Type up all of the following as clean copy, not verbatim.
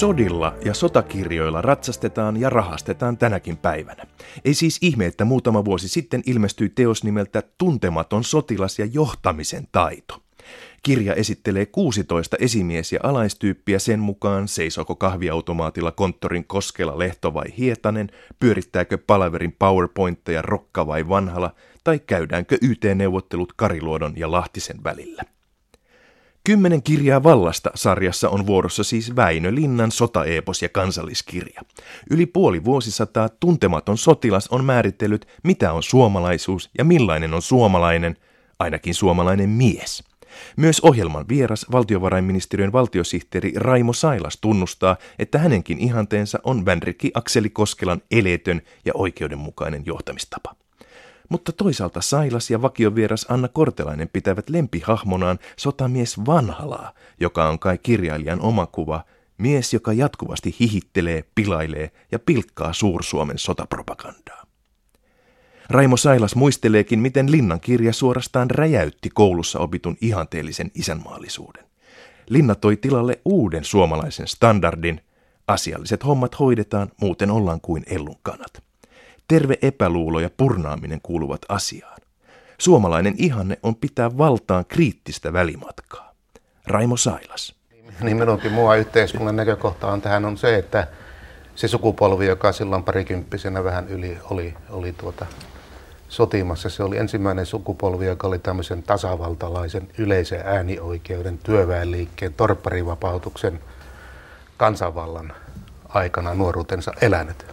Sodilla ja sotakirjoilla ratsastetaan ja rahastetaan tänäkin päivänä. Ei siis ihme, että muutama vuosi sitten ilmestyi teos nimeltä Tuntematon sotilas ja johtamisen taito. Kirja esittelee 16 esimies- ja alaistyyppiä sen mukaan, seisoko kahviautomaatilla konttorin Koskela, Lehto vai Hietanen, pyörittääkö palaverin PowerPointteja Rokka vai Vanhala, tai käydäänkö YT-neuvottelut Kariluodon ja Lahtisen välillä. 10 kirjaa vallasta -sarjassa on vuorossa siis Väinö Linnan sotaepos ja kansalliskirja. Yli puoli vuosisataa Tuntematon sotilas on määritellyt, mitä on suomalaisuus ja millainen on suomalainen, ainakin suomalainen mies. Myös ohjelman vieras valtiovarainministeriön valtiosihteeri Raimo Sailas tunnustaa, että hänenkin ihanteensa on Vänrikki Akseli Koskelan eletön ja oikeudenmukainen johtamistapa. Mutta toisaalta Sailas ja vakiovieras Anna Kortelainen pitävät lempihahmonaan sotamies Vanhalaa, joka on kai kirjailijan oma kuva, mies, joka jatkuvasti hihittelee, pilailee ja pilkkaa Suur-Suomen sotapropagandaa. Raimo Sailas muisteleekin, miten Linnan kirja suorastaan räjäytti koulussa opitun ihanteellisen isänmaallisuuden. Linna toi tilalle uuden suomalaisen standardin: asialliset hommat hoidetaan, muuten ollaan kuin ellunkanat. Terve epäluulo ja purnaaminen kuuluvat asiaan. Suomalainen ihanne on pitää valtaan kriittistä välimatkaa. Raimo Sailas. Niin minunkin mua yhteiskunnan näkökohta on tähän on se, että se sukupolvi, joka silloin parikymppisenä vähän yli oli sotimassa, se oli ensimmäinen sukupolvi, joka oli tämmöisen tasavaltalaisen yleisen äänioikeuden, työväenliikkeen, torpparivapautuksen, kansanvallan aikana nuoruutensa elänyt.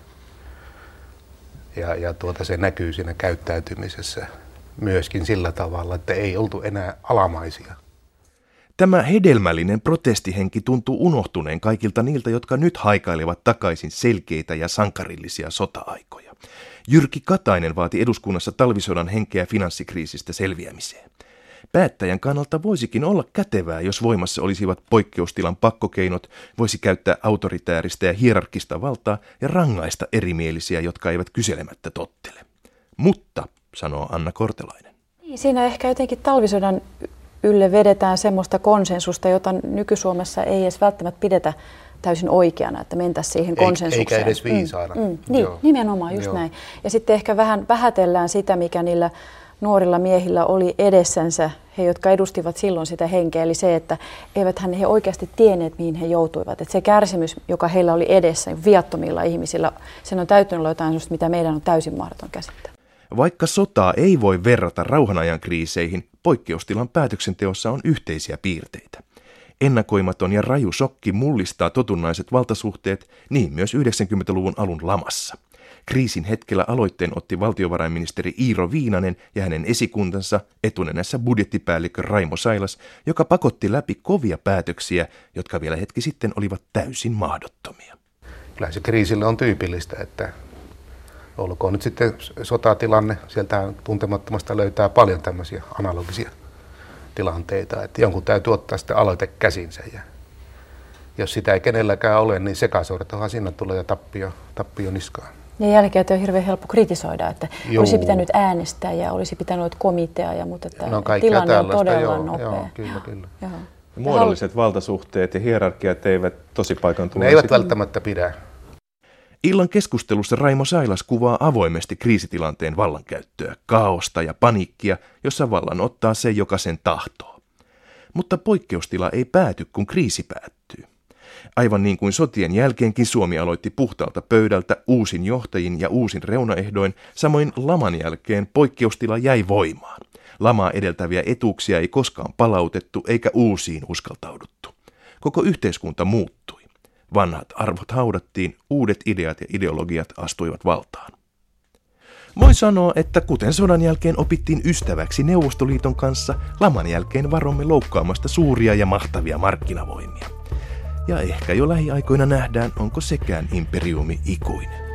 Ja se näkyy siinä käyttäytymisessä myöskin sillä tavalla, että ei oltu enää alamaisia. Tämä hedelmällinen protestihenki tuntuu unohtuneen kaikilta niiltä, jotka nyt haikailevat takaisin selkeitä ja sankarillisia sota-aikoja. Jyrki Katainen vaati eduskunnassa talvisodan henkeä finanssikriisistä selviämiseen. Päättäjän kannalta voisikin olla kätevää, jos voimassa olisivat poikkeustilan pakkokeinot, voisi käyttää autoritääristä ja hierarkista valtaa ja rangaista erimielisiä, jotka eivät kyselemättä tottele. Mutta, sanoo Anna Kortelainen. Siinä ehkä jotenkin talvisodan ylle vedetään semmoista konsensusta, jota nyky-Suomessa ei edes välttämättä pidetä täysin oikeana, että mentäisiin siihen konsensukseen. Eikä edes viisaana. Niin, nimenomaan just näin. Ja sitten ehkä vähän vähätellään sitä, mikä niillä nuorilla miehillä oli edessänsä, he jotka edustivat silloin sitä henkeä, eli se, että eiväthän he oikeasti tienneet, mihin he joutuivat. Että se kärsimys, joka heillä oli edessä, viattomilla ihmisillä, sen on täytynyt olla jotain sellaista, mitä meidän on täysin mahdoton käsittää. Vaikka sotaa ei voi verrata rauhanajan kriiseihin, poikkeustilan päätöksenteossa on yhteisiä piirteitä. Ennakoimaton ja raju shokki mullistaa totunnaiset valtasuhteet, niin myös 90-luvun alun lamassa. Kriisin hetkellä aloitteen otti valtiovarainministeri Iiro Viinanen ja hänen esikuntansa, etunenässä budjettipäällikkö Raimo Sailas, joka pakotti läpi kovia päätöksiä, jotka vielä hetki sitten olivat täysin mahdottomia. Kyllä se kriisille on tyypillistä, että olkoon nyt sitten sotatilanne, sieltä tuntemattomasta löytää paljon tämmöisiä analogisia tilanteita, että jonkun täytyy ottaa sitten aloite käsinsä. Ja jos sitä ei kenelläkään ole, niin sekasortohan siinä tulee ja tappio niskaan. Ja jälkeen on hirveän helppo kritisoida, että olisi pitänyt äänestää ja olisi pitänyt komitea, mutta tilanne on todella nopea. Joo, kyllä. Muodolliset valtasuhteet ja hierarkiat eivät tosipaikan tule. Ne eivät välttämättä pidä. Illan keskustelussa Raimo Sailas kuvaa avoimesti kriisitilanteen vallankäyttöä, kaaosta ja paniikkia, jossa vallan ottaa se, joka sen tahtoo. Mutta poikkeustila ei pääty, kun kriisi päättyy. Aivan niin kuin sotien jälkeenkin Suomi aloitti puhtaalta pöydältä uusin johtajin ja uusin reunaehdoin, samoin laman jälkeen poikkeustila jäi voimaan. Lamaa edeltäviä etuuksia ei koskaan palautettu eikä uusiin uskaltauduttu. Koko yhteiskunta muuttui. Vanhat arvot haudattiin, uudet ideat ja ideologiat astuivat valtaan. Voi sanoa, että kuten sodan jälkeen opittiin ystäväksi Neuvostoliiton kanssa, laman jälkeen varomme loukkaamasta suuria ja mahtavia markkinavoimia. Ja ehkä jo lähiaikoina nähdään, onko sekään imperiumi ikuinen.